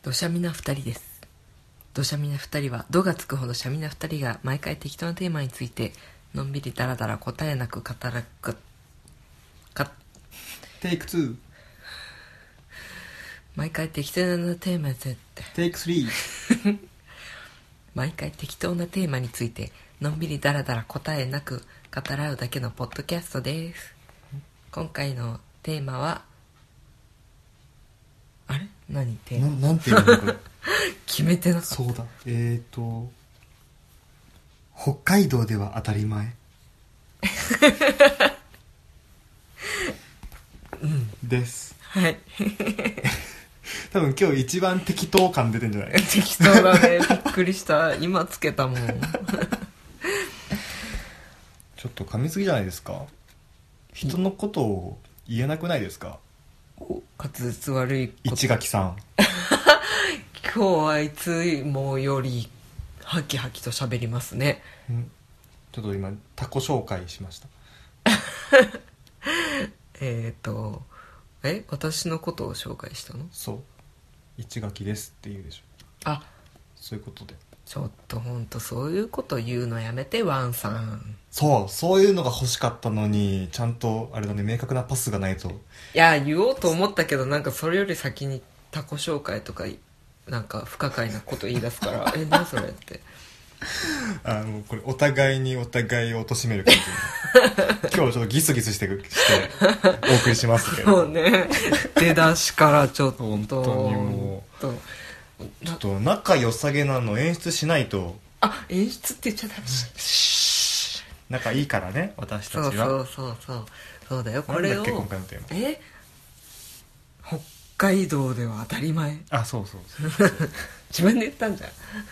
どしゃみな2人です。どしゃみな2人は度がつくほどしゃみな2人が毎回適当なテーマについてのんびりだらだら答えなく語らくテイク2 毎回適当なテーマについてテイク3 毎回適当なテーマについてのんびりだらだら答えなく語らうだけのポッドキャストです。今回のテーマはあれ何テーマなんていうのこれ決めてなかった。 そうだ北海道では当たり前ですはい多分今日一番適当感出てんじゃない適当だね。びっくりした。今つけたもんちょっと噛みすぎじゃないですか。人のことを言えなくないですか。 滑舌悪いこと市垣さん今日はいつもよりハキハキと喋りますね。 ちょっと今タコ紹介しました私のことを紹介したの？ そう市垣ですって言うでしょ。 あ、 そういうことでちょっとほんとそういうこと言うのやめてワンさん。 そういうのが欲しかったのにちゃんとあれだね、明確なパスがないと。 いや言おうと思ったけどなんかそれより先にタコ紹介とかなんか不可解なこと言い出すから何それってこれお互いにお互いを貶める感じ今日ちょっとギスギスしてお送りしますけどそうね出だしからちょっと本当にもうちょっと仲良さげなの演出しないと。 あ、演出って言っちゃダメ。 仲いいからね私たちは。 そうだよ。これをなんだっけ今回のテーマ。 北海道では当たり前。 あ、そう自分で言ったんじゃん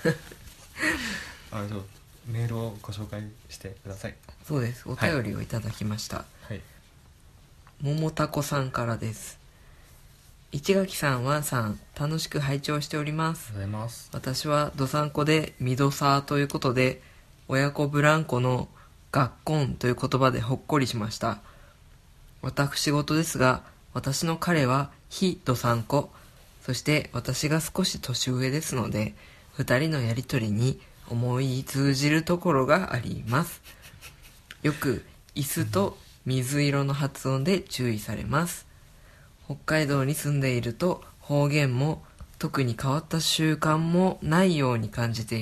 そうメールをご紹介してください。 そうです。お便りをいただきました。 はい、 桃タコさんからです。市垣さん、ワンさん、楽しく拝聴しております。 ありがとうございます。 私はどさんこでミドサーということで親子ブランコの学婚という言葉でほっこりしました。私事ですが、私の彼は非どさんこ、そして私が少し年上ですので、二人のやりとりに思い通じるところがあります。よく椅子と水色の発音で注意されます。北海道に住んでいると方言も特に変わった習慣もないように感じて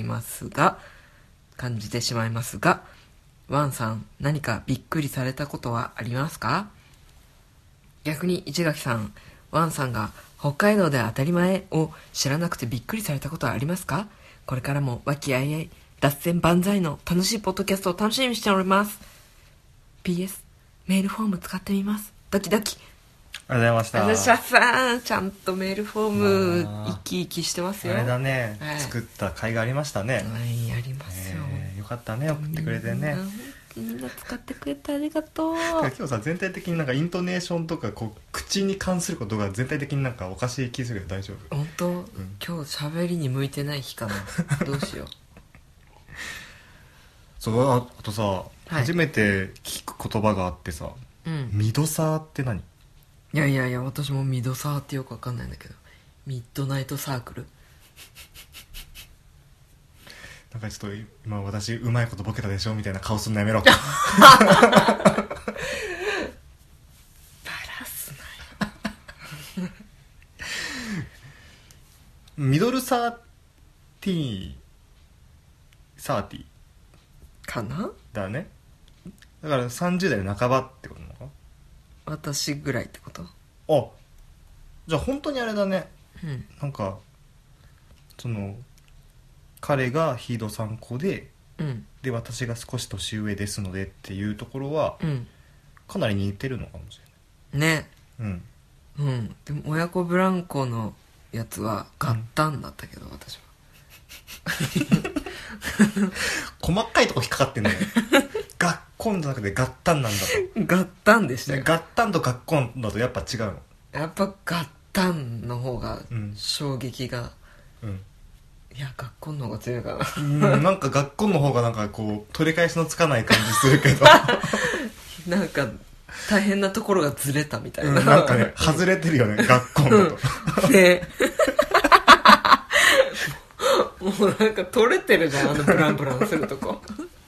しまいますが、ワンさん、何かびっくりされたことはありますか？逆に市垣さん、ワンさんが北海道で当たり前を知らなくてびっくりされたことはありますか？これからも和気あいあい脱線万歳の楽しいポッドキャストを楽しみにしております。 PS メールフォーム使ってみます。ドキドキ。 ありがとうございました。 私はさ、ちゃんとメールフォーム生き生きしてますよ。 あれだね、 はい、 作った甲斐がありましたね。 はい、ありますよ。 よかったね、送ってくれてね。 みんな使ってくれてありがとう。 今日さ、全体的になんかイントネーションとかこう口に関することが全体的になんかおかしい気するけど大丈夫？ 本当、今日喋りに向いてない日かなどうしようそうあとさ、 はい、 初めて聞く言葉があってさ、ミドサーって何？ いや私もミドサーってよくわかんないんだけど、ミッドナイトサークルなんかちょっと今私うまいことボケたでしょみたいな顔すんのやめろバラすなよミドルサーティーかなだね。だから30代の半ばってことなのかな。 私ぐらいってこと？ あ、じゃあ本当にあれだね、なんかその彼がヒードさん子で、で私が少し年上ですのでっていうところは、かなり似てるのかもしれないね。 でも親子ブランコのやつはガッタンだったけど、私は細かいとこ引っかかってんのよガッコンじゃなくてガッタンなんだと。 ガッタンでしたよ。 ガッタンとガッコンだとやっぱ違うの？ やっぱガッタンの方が衝撃が、いやガッコンの方が強いかななんかガッコンの方がなんかこう取り返しのつかない感じするけどなんか大変なところがずれたみたいな、 なんかね外れてるよねガッコンだとねもうなんか取れてるじゃん、ブランブランするとこ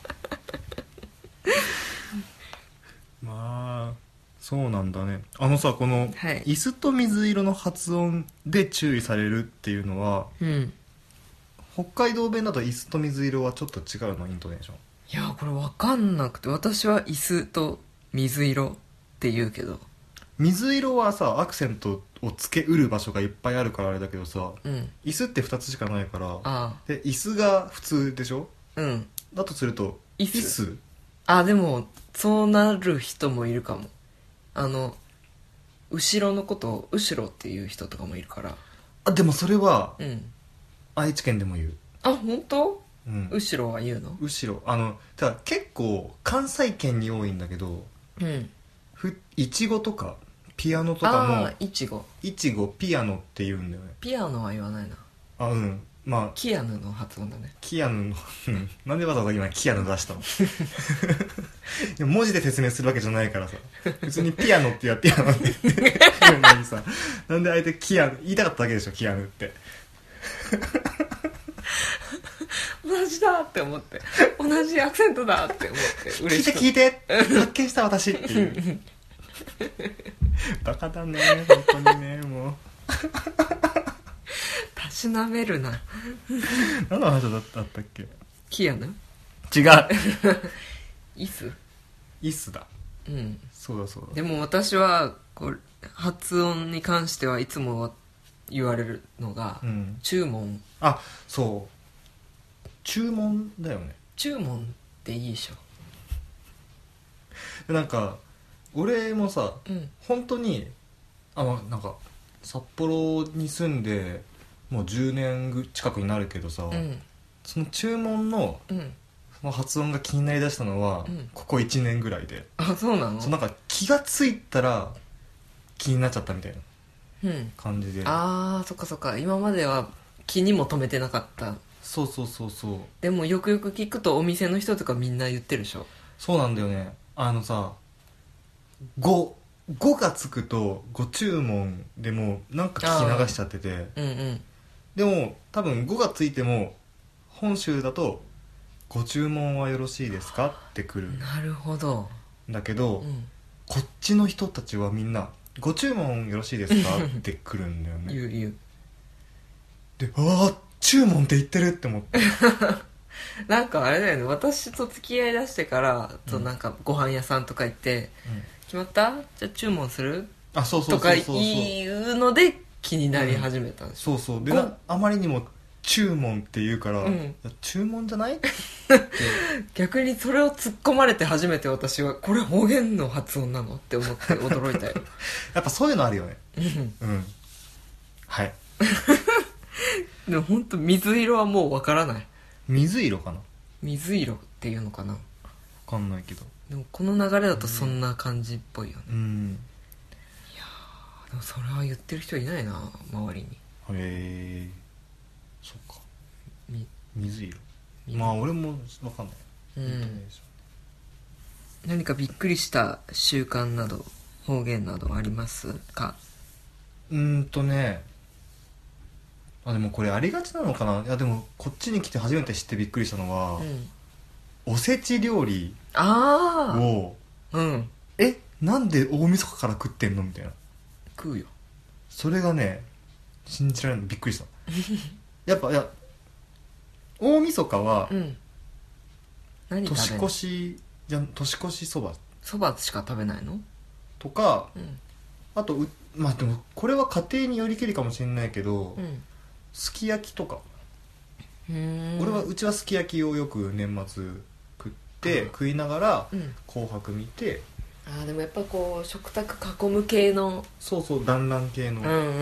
まあそうなんだね。さ、この、 はい、 椅子と水色の発音で注意されるっていうのは、 うん、 北海道弁だと椅子と水色はちょっと違うの、イントネーション。 いやこれ分かんなくて、私は椅子と水色って言うけど、 水色はさアクセントをつけうる場所がいっぱいあるからあれだけどさ、 うん、 椅子って2つしかないから、 あで椅子が普通でしょ。 あ、うん、 だとすると椅子、あ、でもそうなる人もいるかも。後ろのことを後ろっていう人とかもいるから。 あ、でもそれはうん、 愛知県でも言う。 あ、本当？ うん、 後ろは言うの？ 後ろただ結構関西圏に多いんだけど、 うん、 いちごとかピアノとかもああ、いちごピアノって言うんだよね。 ピアノは言わないな。 あ、うん、まあキアヌの発音だね。 キアヌのなんでわざわざ今キアヌ出したのいや文字で説明するわけじゃないからさ、普通にピアノってピアノって言うのにさ、なんであえてキアヌ言いたかっただけでしょ、キアヌって同じだって思って、同じアクセントだって思って嬉しく聞いて発見した私っていうバカだね本当にね、もうたしなめるな。 何の話だったっけ。 キアヌ？ 違うイス？ イスだ。 うん、 そうだそうだ。 でも私はこう発音に関してはいつも言われるのが、 うん、 注文。 あ、そう注文だよね。 注文っていいでしょ。 なんか俺もさ、 うん、 本当になんか札幌に住んでもう10年近くになるけどさ、 うん、 その注文の、 うん、 その発音が気になりだしたのは、 うん、 ここ1年ぐらいで。 あ、そうなの？ なんか気がついたら気になっちゃったみたいなうん、 感じで。 あー、そっかそっか。今までは気にも留めてなかった。 そうそうそうそう。 でもよくよく聞くとお店の人とかみんな言ってるでしょ。 そうなんだよね。さ5がつくとご注文でもなんか聞き流しちゃってて、 うんうん、 でも多分5がついても本州だとご注文はよろしいですかって来るんなるほど。 だけど、 うん、 こっちの人たちはみんなご注文よろしいですかって来るんだよね。 言うで、ああ注文って言ってるって思ってなんかあれだよね、私と付き合いだしてからとなんかご飯屋さんとか行って、決まった？じゃあ注文する？ あ、そうそうとかそうそう言うので気になり始めたんですよ。 そうそうであまりにも注文って言うから、 うん、 いや注文じゃないって逆にそれを突っ込まれて初めて私はこれ方言の発音なのって思って驚いたよやっぱそういうのあるよね。 うん、 はい。 でも本当水色はもうわからない。 水色かな、 水色っていうのかな、 わかんないけど。 でもこの流れだとそんな感じっぽいよね。 うん。 でもそれは言ってる人いないな、周りに。 へえ、そっか。水色。 水まあ俺もわかんない。 うん。何かびっくりした習慣など方言などありますか？ ね、でもこれありがちなのかな。いやでもこっちに来て初めて知ってびっくりしたのは、 うん、 おせち料理あをあ、うん、 なんで大晦日から食ってんのみたいな。 食うよ。 それがね信じられない、びっくりしたやっぱ大晦日は、 うん、何食べ年る？ 年越しそばそばしか食べないの？ とか、 うん、 あとまあでもこれは家庭によりけりかもしれないけど、 うん、 すき焼きとか。 俺うちはすき焼きをよく年末食いながら、 うん、 紅白見て。 でもやっぱこう食卓囲む系の、 そうそう団らん系の、 うんうんうん、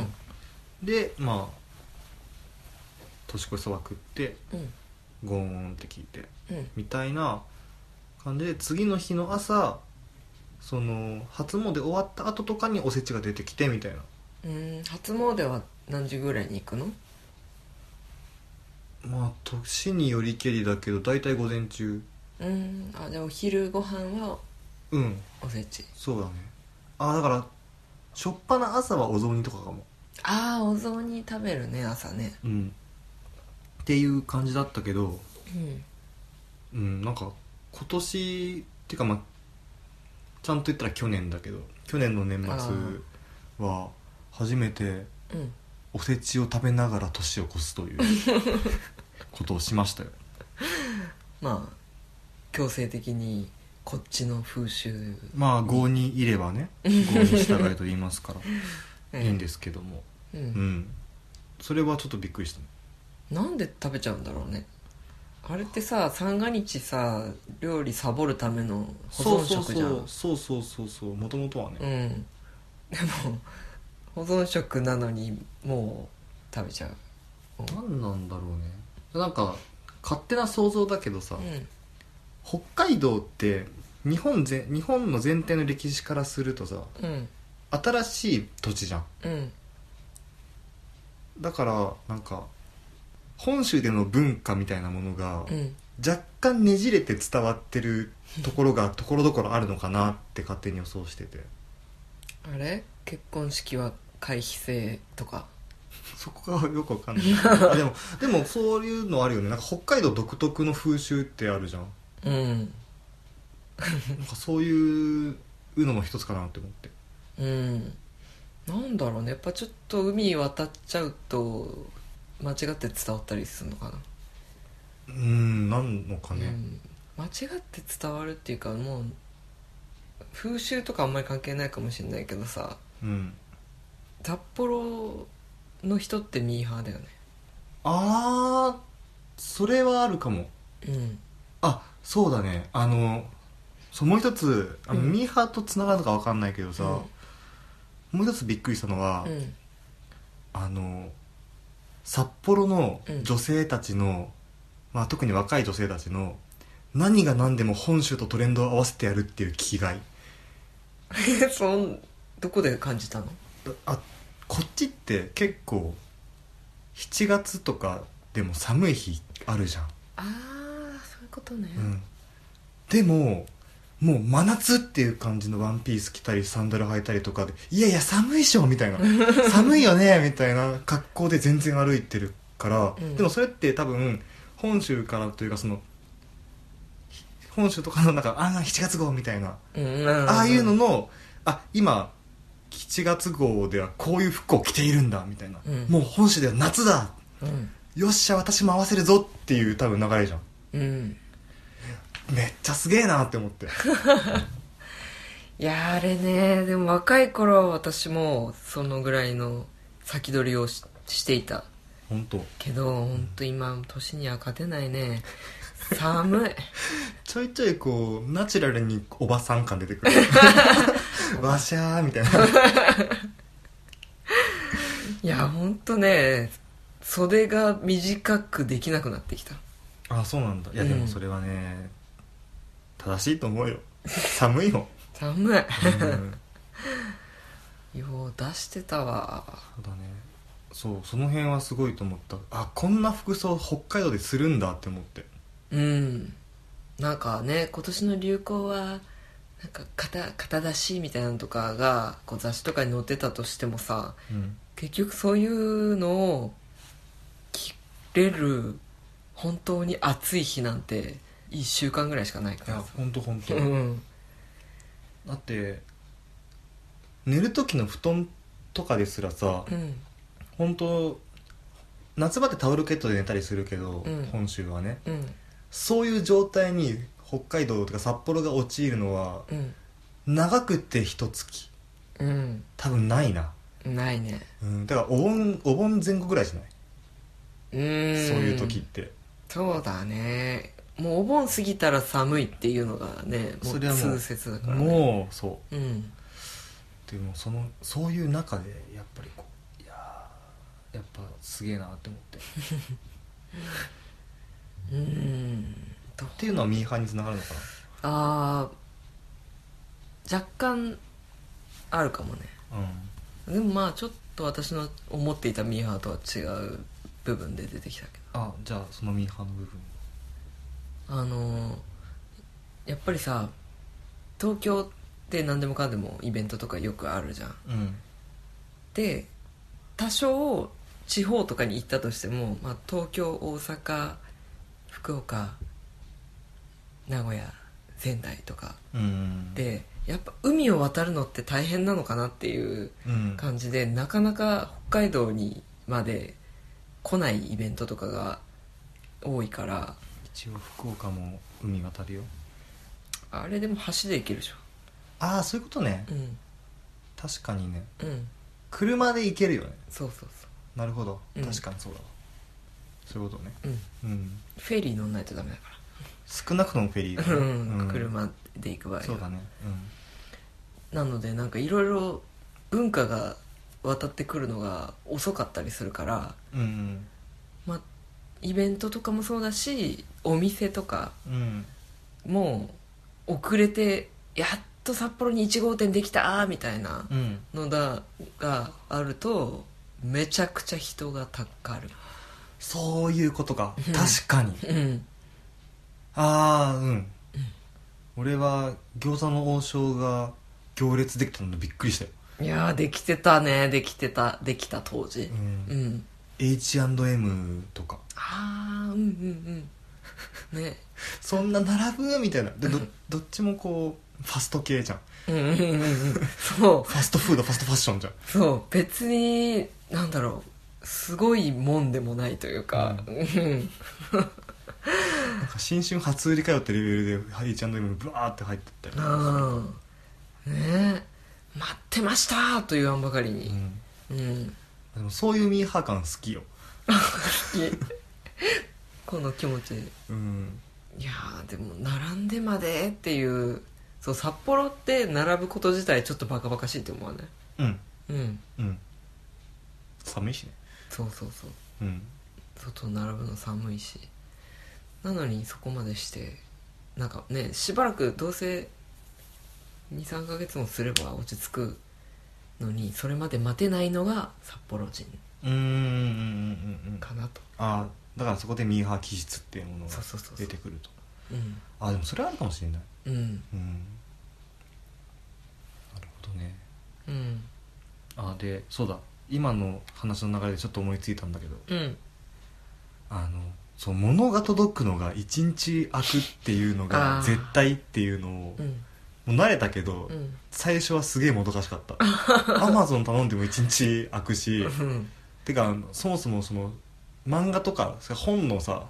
でまあ年越しそば食って、 うん、 ゴーンって聞いて、 うん、 みたいな感じで、次の日の朝その初詣終わった後とかにおせちが出てきてみたいな。 初詣は何時ぐらいに行くの？ まあ年によりけりだけど大体午前中。 じゃあお昼ご飯はおせち。 そうだね。だからしょっぱな朝はお雑煮とかかも。 お雑煮食べるね、朝ね。 っていう感じだったけど、 うん、 なんか今年っていうか、まあちゃんと言ったら去年だけど、去年の年末は初めておせちを食べながら年を越すということをしましたよ。 まあ強制的にこっちの風習、 まあ郷にいればね郷に従えと言いますからいいんですけども、それはちょっとびっくりした。 なんで食べちゃうんだろうね。あれってさ、三が日さ料理サボるための保存食じゃん。 そうもともとはね、 でも保存食なのにもう食べちゃう。 何なんだろうね。なんか勝手な想像だけどさ、北海道って日本の全体の歴史からするとさ、新しい土地じゃん、だからなんか本州での文化みたいなものが若干ねじれて伝わってるところがところどころあるのかなって勝手に予想しててあれ結婚式は回避制とかそこがよくわかんないでもそういうのあるよね。なんか北海道独特の風習ってあるじゃん。なんかそういうのの一つかなって思って。 なんだろうね、やっぱちょっと海渡っちゃうと間違って伝わったりするのかな。 なんのかね、 間違って伝わるっていうか、もう風習とかあんまり関係ないかもしれないけどさ、札幌の人ってミーハーだよね。 それはあるかも。そうだね。もう一つミーハーとつながるのか分かんないけどさ、もう一つびっくりしたのは、札幌の女性たちの、特に若い女性たちの何が何でも本州とトレンドを合わせてやるっていう気概どこで感じたの？ こっちって結構7月とかでも寒い日あるじゃん。 そういうことね。 でももう真夏っていう感じのワンピース着たりサンダル履いたりとかで、いやいや寒いっしょみたいな寒いよねみたいな格好で全然歩いてるから、でもそれって多分本州からというか、その本州とかのなんか7月号みたいな、ああいうのの今7月号ではこういう服を着ているんだみたいな、もう本州では夏だ、よっしゃ私も合わせるぞっていう多分流れじゃん。めっちゃすげえなって思っていやあれね、でも若い頃私もそのぐらいの先取りを していた。 本当けど本当今年には勝てないね。寒いちょいちょいこうナチュラルにおばさん感出てくるわしゃーみたいな。 いや本当ね、袖が短くできなくなってきた。 そうなんだ。いやでもそれはね、正しいと思うよ。寒いよ寒いよう出してたわ。 そうだね。その辺はすごいと思った。こんな服装北海道でするんだって思って。 なんかね、今年の流行はなんか肩出しみたいなのとかがこう雑誌とかに載ってたとしてもさ、結局そういうのを着れる本当に暑い日なんて1週間ぐらいしかないから。 いや本当だって寝る時の布団とかですらさ、本当夏場ってタオルケットで寝たりするけど、本州はね、そういう状態に北海道とか札幌が陥るのは、長くて一月、多分ないね。だからお盆前後ぐらいじゃない？そういう時って。 そうだね。もうお盆過ぎたら寒いっていうのがね、もう通説だからね。 もうそう、でもそういう中でやっぱりやっぱすげえなって思ってっていうのはミーハーにつながるのかな。 若干あるかもね。でもちょっと私の思っていたミーハーとは違う部分で出てきたけど。 じゃあそのミーハーの部分、 やっぱりさ、東京って何でもかんでもイベントとかよくあるじゃん。で多少地方とかに行ったとしても、まあ、東京、大阪、福岡、名古屋、仙台とかで、やっぱ海を渡るのって大変なのかなっていう感じで、なかなか北海道にまで来ないイベントとかが多いから。 一応福岡も海渡るよ。 あれでも橋で行けるでしょ。 ああ、そういうことね。 うん、 確かにね、 うん、 車で行けるよね。 そうそうそなるほど、 うん確かにそうだわ。そういうことね。 う、うん、フェリー乗んないとダメだか少なくともフェリーだら、 ね。 うん、車で行く場合はそうだね。 なのでなんかいろいろ文化が渡ってくるのが遅かったりするから、まあイベントとかもそうだし、お店とかもう遅れて、やっと札幌に1号店できたみたいなのがあると、めちゃくちゃ人がたかる。 そういうことか。確かに。俺は餃子の王将が行列できたのでびっくりしたよ。 いやー、できてたね。できた当時。 H&M とか。 ね。 そんな並ぶみたいな。で、どっちもこうファスト系じゃん。 そう。 ファストフード、ファストファッションじゃん。 そう、別になんだろう、すごいもんでもないというか、 なんか新春初売りかよってレベルで H&M にブワーって入ってったりね、待ってましたと言わんばかりに、 でもそういうミーハー感好きよ。 好きこの気持ち、いやでも並んでまでっていう、そう、札幌って並ぶこと自体ちょっとバカバカしいって思わない？ 寒いしね。 そう、外並ぶの寒いし、なのにそこまでしてなんかね、しばらくどうせ 2,3 ヶ月もすれば落ち着くのに、それまで待てないのが札幌人かなと。 だからそこでミーハー気質っていうものが出てくると。でもそれはあるかもしれない。なるほどね。で、そうだ、今の話の流れでちょっと思いついたんだけど、そう、物が届くのが1日空くっていうのが絶対っていうのをもう慣れたけど、最初はすげえもどかしかった。アマゾン頼んでも1日空くし、てかそもそもその漫画とか本のさ、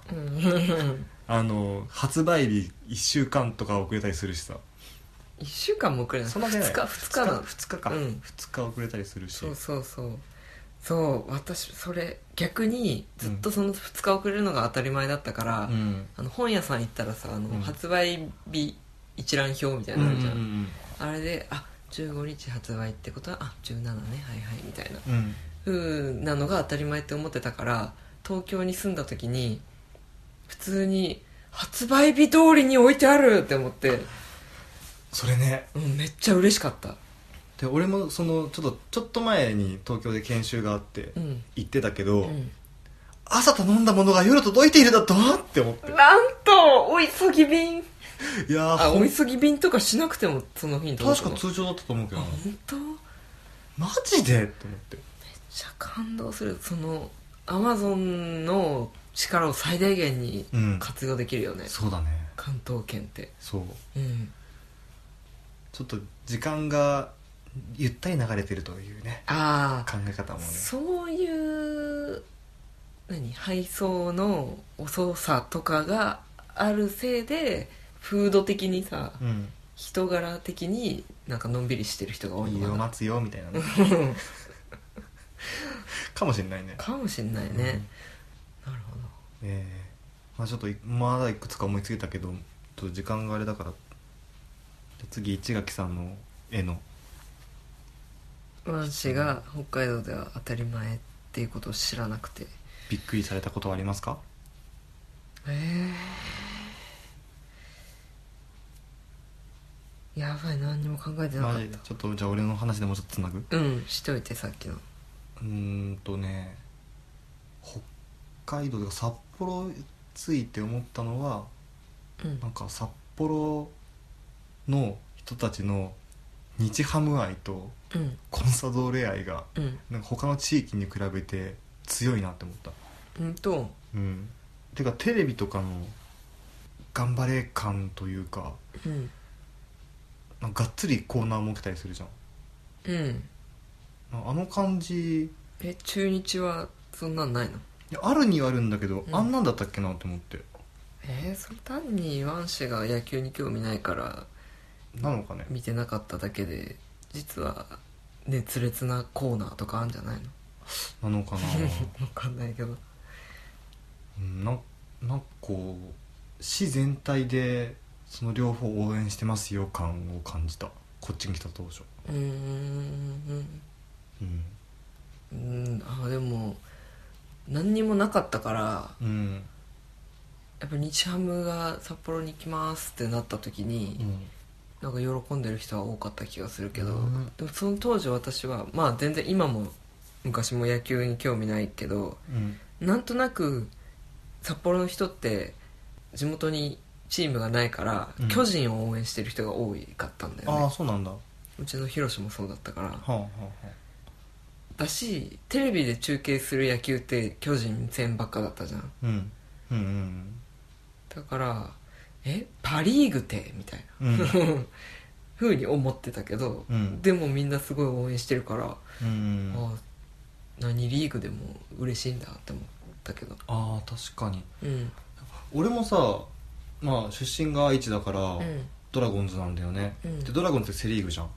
発売日1週間とか遅れたりするしさ。 1週間も遅れない、 そんなじゃない、 2日か 2日遅れたりするし。 そう、私それ逆にずっとその2日遅れるのが当たり前だったから、本屋さん行ったらさ、発売日一覧表みたいなのあるじゃん、あれで15日発売ってことは17ね、はいはいみたいな風なのが当たり前って思ってたから、東京に住んだ時に普通に発売日通りに置いてあるって思って、 それね、 めっちゃ嬉しかった。 で、俺もそのちょっと前に東京で研修があって行ってたけど、朝頼んだものが夜届いているだとって思って、 なんとお急ぎ便。 いやお急ぎ便とかしなくてもその日に届くの？ 確か通常だったと思うけど。 本当？ マジでって思って、 めっちゃ感動する。そのアマゾンの力を最大限に活用できるよね、 そうだね、 関東圏って。 そう、ちょっと時間がゆったり流れてるというね、考え方もね。 そういう配送の遅さとかがあるせいで、風土的にさ、人柄的になんかのんびりしてる人が多いのかな。 いいよ待つよみたいなねかもしんないね。 かもしんないね、なるほど。 ちょっとまだいくつか思いついたけど、ちょっと時間があれだから、次市垣さんの絵の、 私が北海道では当たり前っていうことを知らなくてびっくりされたことはありますか？ やばい、何にも考えてなかった。 ちょっとじゃあ俺の話でもちょっとつなぐ？ しといて、さっきの。 北海道で札幌について思ったのは、なんか札幌の人たちの日ハム愛とコンサドーレ愛が、なんか他の地域に比べて強いなって思った。うん。てかテレビとかの頑張れ感というか、なんかがっつりコーナー設けたりするじゃん。あの感じ。 中日はそんなんないの？いや、あるにはあるんだけど、あんなんだったっけなって思って。 それ単にワン氏が野球に興味ないからなのかね。 見てなかっただけで、実は熱烈なコーナーとかあるんじゃないの？ なのかな。 分かんないけど、 なんかこう市全体でその両方応援してますよ感を感じた、こっちに来た当初。 でも何にもなかったから、やっぱ日ハムが札幌に行きますってなった時に、なんか喜んでる人は多かった気がするけど、でもその当時私はまあ全然今も昔も野球に興味ないけど、なんとなく札幌の人って地元にチームがないから、巨人を応援してる人が多かったんだよね。 ああ、そうなんだ。 うちのヒロシもそうだったから、 はあはあはあ、 だしテレビで中継する野球って巨人戦ばっかだったじゃん。だからパリーグってみたいな、ふうに思ってたけど、でもみんなすごい応援してるから、ああ何リーグでも嬉しいんだって思ったけど。 ああ、確かに。俺もさ、まあ出身が愛知だから、ドラゴンズなんだよね。でドラゴンズってセリーグじゃん。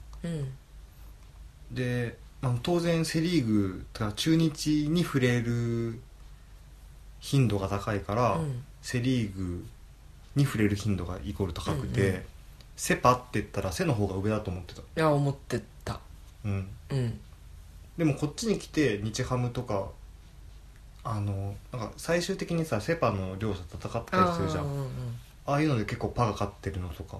で、当然セリーグとか中日に触れる頻度が高いから、セリーグに触れる頻度がイコール高くて、セパって言ったら背の方が上だと思ってた。いや、思ってた。 でもこっちに来て日ハムとかなんか最終的にさセパの両者戦ってたりするじゃん。ああいうので結構パが勝ってるのとか、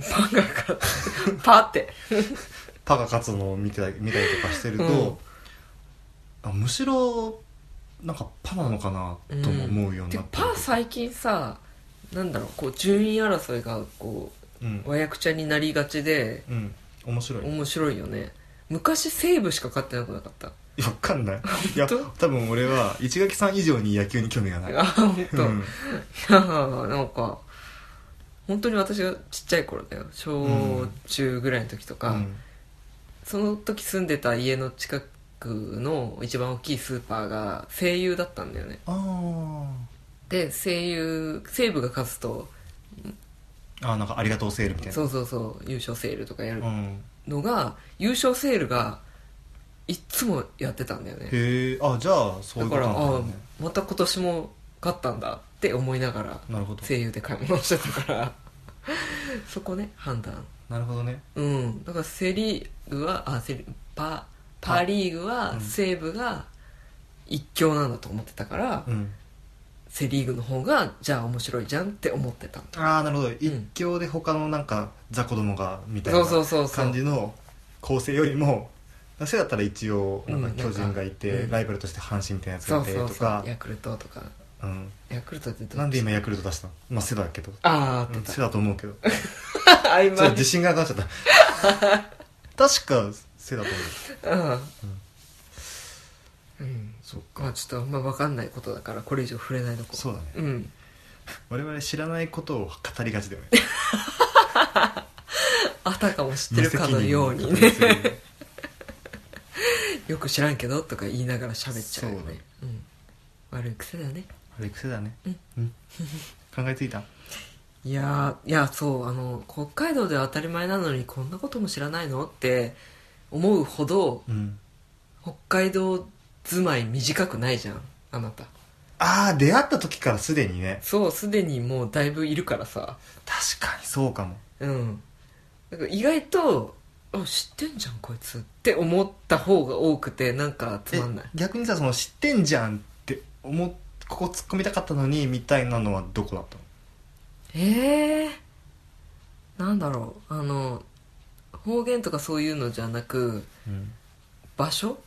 パってパが勝つのを見たりとかしてると、むしろなんかパなのかなとも思うようになって、 パ最近さ、なんだろう、こう順位争いがこう、わやくちゃになりがちで、 面白いよね。昔西武しか勝ってなくなかった？ いや、わかんない。いや、多分俺は市垣さん以上に野球に興味がない。 本当。いや、なんか本当に私がちっちゃい頃だよ、小中ぐらいの時とか、その時住んでた家の近くの一番大きいスーパーが西友だったんだよね。で西武が勝つと、 なんかありがとうセールみたいな、 そう優勝セールとかやるのが、優勝セールがいっつもやってたんだよね。 へえ。じゃあそういうことなんだね。 だからまた今年も勝ったんだって思いながら西友で買い物してたからそこね、判断。 なるほどね。 だからセリーグはパリーグは西武が一強なんだと思ってたから、セリーグの方がじゃあ面白いじゃんって思ってた。 なるほど。一強で他のなんか雑魚どもがみたいな感じの構成よりも、それだったら一応なんか巨人がいて、ライバルとして阪神みたいなやつがいてとか、 ヤクルトとか。ヤクルトってなんで今ヤクルト出したの？セだけど。セだと思うけどちょっと自信がなくなっちゃった確かセだと思う。 そっか。ちょっと分かんないことだからこれ以上触れないとこ。 そうだね。我々知らないことを語りがちだよねあたかも知ってるかのようにねよく知らんけどとか言いながら喋っちゃうよね。悪い癖だね。 考えついた？ いやそう、北海道では当たり前なのにこんなことも知らないのって思うほど、北海道住まい短くないじゃん、あなた。 出会った時からすでにね。 そう、すでにもうだいぶいるからさ。 確かにそうかも。 だから意外と知ってんじゃんこいつって思った方が多くて、なんかつまんない。 逆にさ、その知ってんじゃんってここ突っ込みたかったのにみたいなのはどこだったの？ なんだろう、方言とかそういうのじゃなく、場所？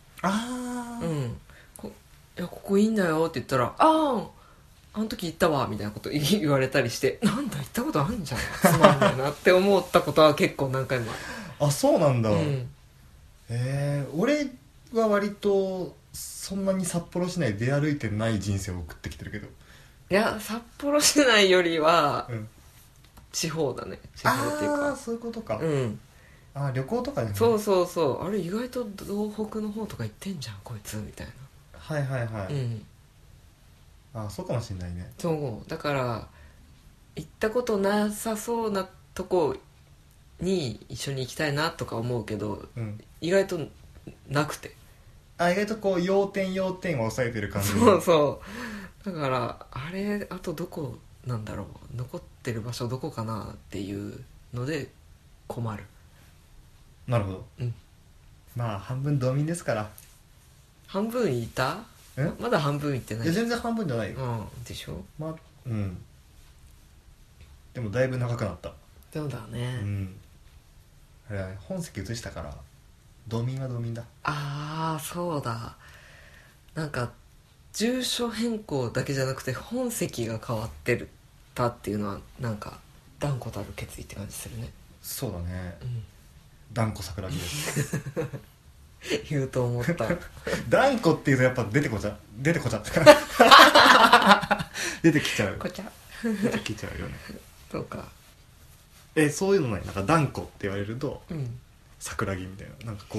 ここいいんだよって言ったら、あの時行ったわみたいなこと言われたりして、なんだ行ったことあるんじゃん、つまんないなって思ったことは結構何回もある。 そうなんだ。俺は割とそんなに札幌市内出歩いてない人生を送ってきてるけど。 いや札幌市内よりはうん、 地方だね。地方っていうか、 そういうことか。 うん、 旅行とかでね。 そうそうそう、あれ意外と東北の方とか行ってんじゃんこいつみたいはいはいはな。 い、そうかもしんないね。 そうだから行ったことなさそうなとこに一緒に行きたいなとか思うけど、意外となくて、 意外とこう要点要点を抑えてる感じ。 そうそうだからあれあとどこなんだろう、残ってる場所どこかなっていうので困る。 なるほど、まあ半分道民ですから。 半分いた？まだ半分いってない。 いや全然半分じゃないよ。 でしょ。 でもだいぶ長くなった。 そうだね。 あれは本籍移したから道民は道民だ。 そうだ、なんか住所変更だけじゃなくて本籍が変わってたっていうのはなんか断固たる決意って感じするね。 そうだね、断固桜木です言うと思った断固っていうとやっぱ出てきちゃう出てきちゃうこちゃ出てきちゃうよね。 そうか。 そういうのない？なんか断固って言われると、 うん、 桜木みたいな、なんかこう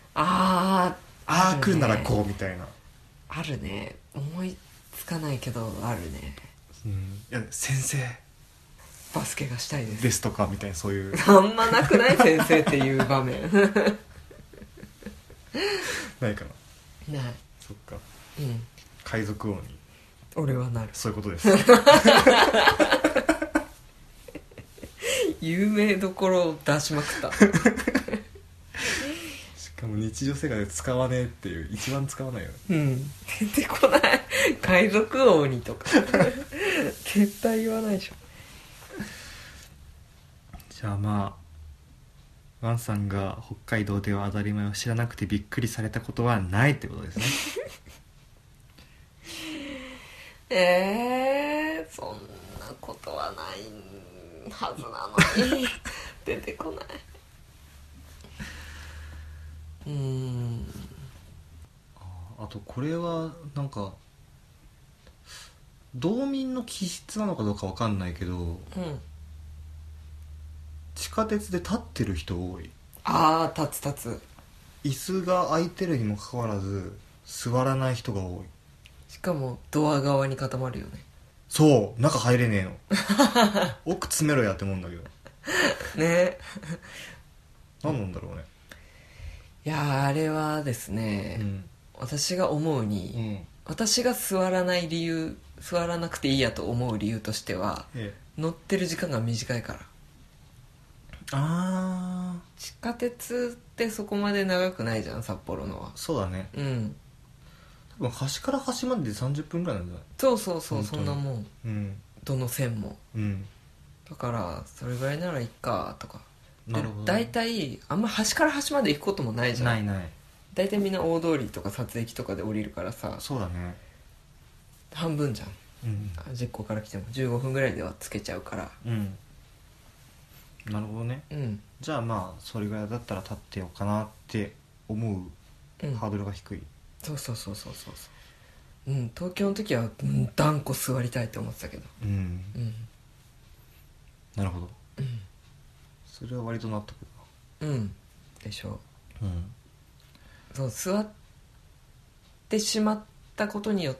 来るならこうみたいな。 あるね、思いつかないけどあるね。 いや先生バスケがしたいですとかみたいな、そういうあんまなくない先生っていう場面ないかな。 ない。 そっか。 うん海賊王に俺はなる。 そういうことです有名どころを出しまくったしかも日常生活で使わねえっていう、一番使わないよね。出てこない。海賊王にとか絶対言わないでしょ。 じゃあまあワンさんが北海道では当たり前を知らなくてびっくりされたことはないってことですねそんなことはないはずなのに出てこない。 あとこれはなんか道民の気質なのかどうかわかんないけど、地下鉄で立ってる人多い。 立つ。 椅子が空いてるにもかかわらず座らない人が多い。 しかもドア側に固まるよね。 そう中入れねえの奥詰めろやって思うんだけどね。 何なんだろうね。 いやあれはですね、私が思うに、私が座らない理由、座らなくていいやと思う理由としては、乗ってる時間が短いから。地下鉄ってそこまで長くないじゃん札幌のは。 そうだね。多分端から端までで30分ぐらいなんじゃない？ そうそんなもん、どの線も、だからそれぐらいならいっかとか。なるほど、ね、大体あんま端から端まで行くこともないじゃん。ない大体みんな大通りとか撮影機とかで降りるからさ。 そうだね。 半分じゃん、10個から来ても15分ぐらいではつけちゃうから。 なるほどね。じゃあまあそれぐらいだったら立ってようかなって思う、ハードルが低い。そう東京の時は、断固座りたいって思ってたけど。 なるほど。それは割と納得だ。 でしょ。そう座ってしまったことによって、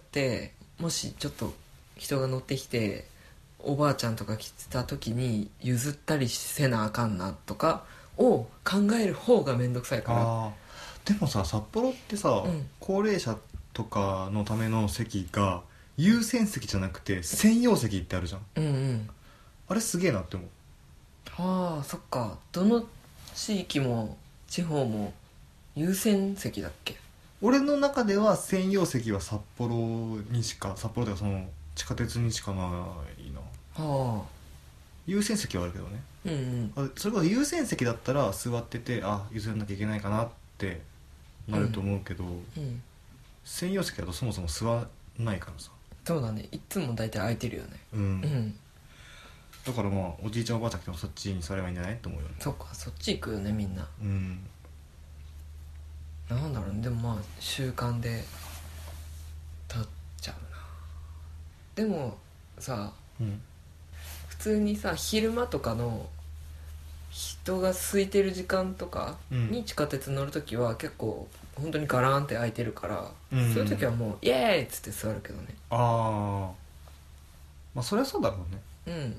もしちょっと人が乗ってきておばあちゃんとか来てた時に譲ったりせなあかんなとかを考える方がめんどくさいから。 でもさ札幌ってさ、高齢者とかのための席が優先席じゃなくて専用席ってあるじゃん。あれすげえなって思う。 そっか。どの地域も地方も優先席だっけ？ 俺の中では専用席は札幌にしか、札幌ではその地下鉄にしかないな。優先席はあるけどね。それこそ優先席だったら座ってて譲らなきゃいけないかなってなると思うけど、専用席だとそもそも座らないからさ。 そうだね、いつも大体空いてるよね。 だからまあおじいちゃんおばあちゃん来てもそっちに座ればいいんじゃないと思うよね。 そっか、そっち行くよねみんな。 なんだろうね、でもまあ習慣で立っちゃうな。でもさ、普通にさ昼間とかの人が空いてる時間とかに地下鉄乗るときは結構本当にガラーンって空いてるから、そういう時はもうイエーイっつって座るけどね。 ああ、まあそりゃそうだろうね。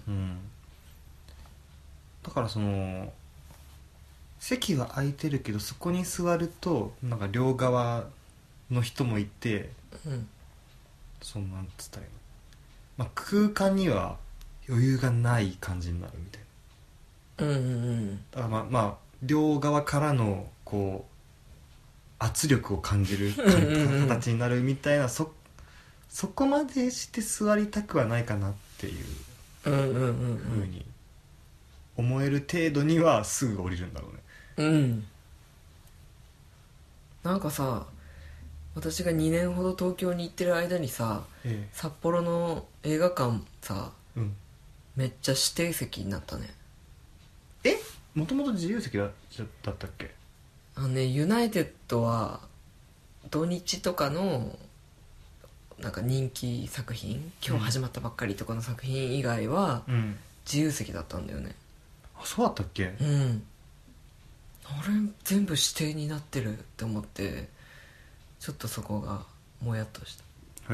だからその席は空いてるけどそこに座るとなんか両側の人もいて、そのなんつったらいいの、まあ、空間には余裕がない感じになるみたいな。だからまあ両側からのこう圧力を感じる形になるみたいな、そこまでして座りたくはないかなっていうふうに思える程度にはすぐ降りるんだろうね。 なんかさ、私が2年ほど東京に行ってる間にさ、札幌の映画館さ、めっちゃ指定席になったね。 もともと自由席だったっけ？ ユナイテッドは土日とかのなんか人気作品、今日始まったばっかりとかの作品以外は自由席だったんだよね。 あ、そうだったっけ？ あれ全部指定になってるって思って、ちょっとそこがもやっとした。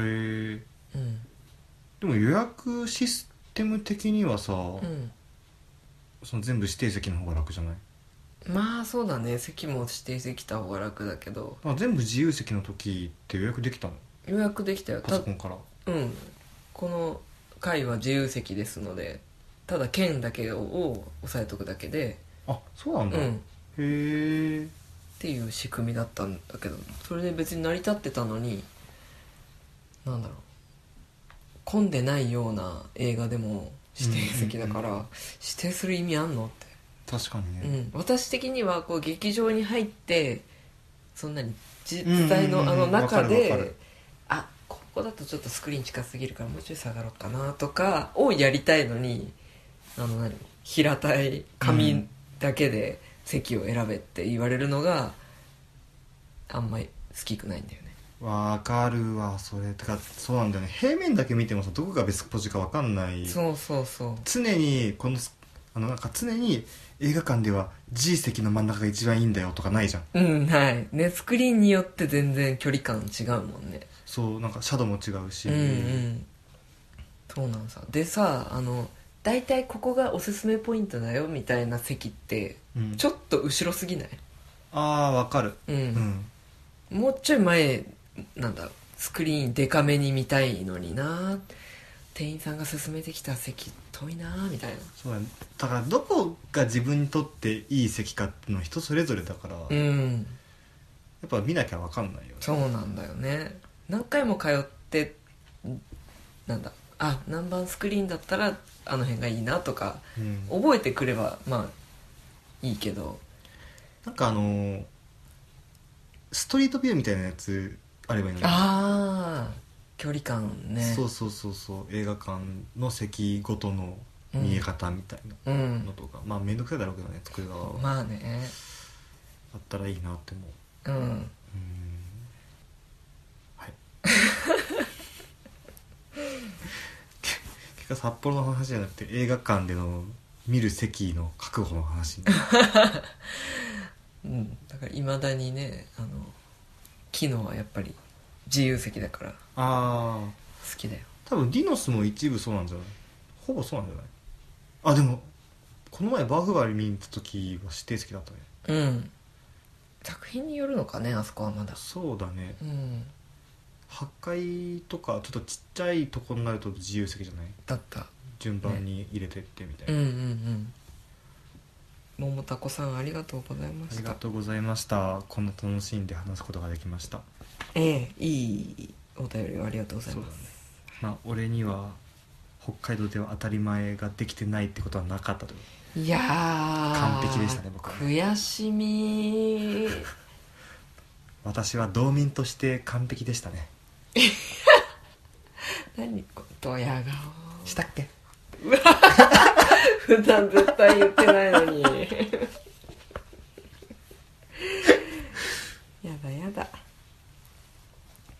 へえ。でも予約システム的にはさ、その全部指定席の方が楽じゃない？ まあそうだね、席も指定席た方が楽だけど。 全部自由席の時って予約できたの？ 予約できたよ、 パソコンから。 この回は自由席ですので、ただ券だけを押さえとくだけで。 あ、そうなんだ。へえ。 っていう仕組みだったんだけど、それで別に成り立ってたのに、なんだろう、混んでないような映画でも指定席だから、指定する意味あんのって。 確かにね。 私的にはこう劇場に入ってそんなに実際の中で、ここだとちょっとスクリーン近すぎるからもうちょい下がろうかなとかをやりたいのに、平たい紙だけで席を選べって言われるのがあんまり好きくないんだよね。 わかるわ、それ。てかそうなんだよね、平面だけ見てもさ、どこがベスポジかわかんない。 そう常になんか常に映画館では G 席の真ん中が一番いいんだよとかないじゃん。 ないね。スクリーンによって全然距離感違うもんね。 そう、なんかシャドウも違うし。 そうなんさ。でさ、大体ここがおすすめポイントだよみたいな席って、ちょっと後ろすぎない？ わかる。 もうちょい前なんだ、スクリーンデカめに見たいのにな、店員さんが勧めてきた席遠いなみたいな。 そうだね。だからどこが自分にとっていい席かっていうのは人それぞれだから、やっぱ見なきゃ分かんないよね。 そうなんだよね。何回も通って何番スクリーンだったらあの辺がいいなとか、覚えてくればまあいいけど、 なんかストリートビューみたいなやつあればいいのに。 距離感ね。 そう映画館の席ごとの見え方みたいなのとか、まあ面倒くさいだろうけどね、作る側は。 まあね、 あったらいいなって思う。はい結果札幌の話じゃなくて映画館での見る席の確保の話にだからいまだにね、昨日はやっぱり自由席だから好きだよ。 多分ディノスも一部そうなんじゃない？ほぼそうなんじゃない？でもこの前バーフバリ見に行った時は指定席だったね。 作品によるのかね、あそこはまだ。 そうだね。8階とかちょっとちっちゃいとこになると自由席じゃない？ だった。 順番に入れてってみたいな。 桃太子さんありがとうございました。 ありがとうございました。こんな楽しんで話すことができました。 いいお便りをありがとうございます。 そうだね。俺には北海道では当たり前ができてないってことはなかったと。 いやー、 完璧でしたね、僕は。 悔しみ。 私は道民として完璧でしたね。 何ドヤ顔したっけ？ 普段絶対言ってないのに。やだ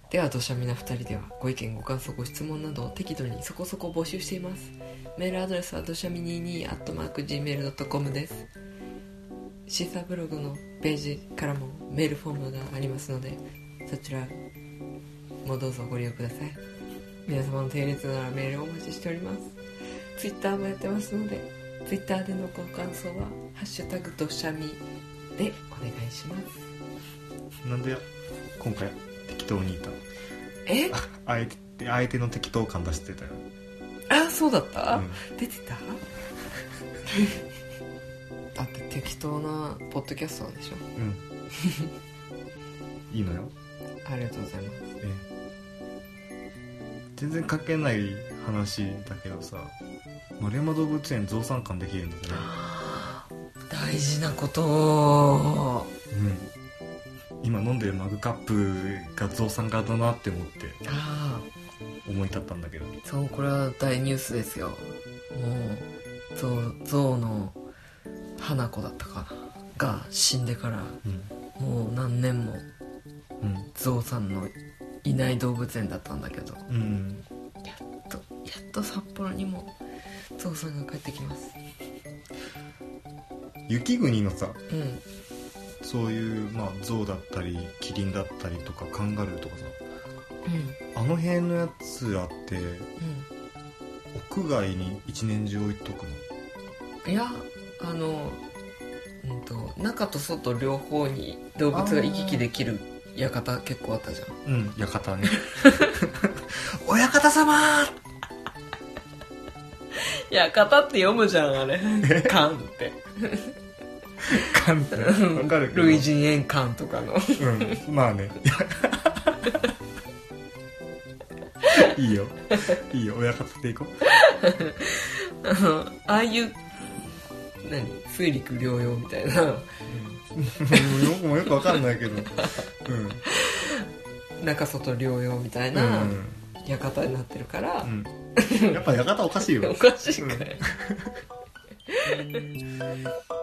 では、どしゃみな2人ではご意見ご感想ご質問など適度にそこそこ募集しています。メールアドレスはどしゃみ22@gmail.com です。シーサーブログのページからもメールフォームがありますので、そちらもどうぞご利用ください。皆様の定列ならメールをお待ちしております。ツイッターもやってますので、ツイッターでのご感想はハッシュタグどしゃみでお願いします。 なんで今回適当にいた相手の適当感出してたよ。 あ、そうだった、 うん、 出てただって適当なポッドキャストなんでしょ。 うんいいのよ。 ありがとうございます。 全然関係ない話だけどさ、丸山動物園増産館できるんだけど、 大事なことを、 今飲んでるマグカップが増産館だなって思って思い立ったんだけど。 そう、これは大ニュースですよ。もうゾウの花子だったかなが死んでから、もう何年も、ゾウさんのいない動物園だったんだけど、やっと札幌にもゾウさんが帰ってきます。 雪国のさ、そういうゾウだったりキリンだったりとかカンガルーとかさ、あの辺のやつらって、屋外に一年中置いとくの？ いや、中と外両方に動物が行き来できる館結構あったじゃん。 館ねお館様館って読むじゃん、あれカンってカンって分かるけど、 ルイジンエンカンとかのまあねいいよ親方でいこうああいう水陸両用みたいな僕もよく分かんないけど中外両用みたいな館になってるから、 やっぱ館おかしいよおかしいかい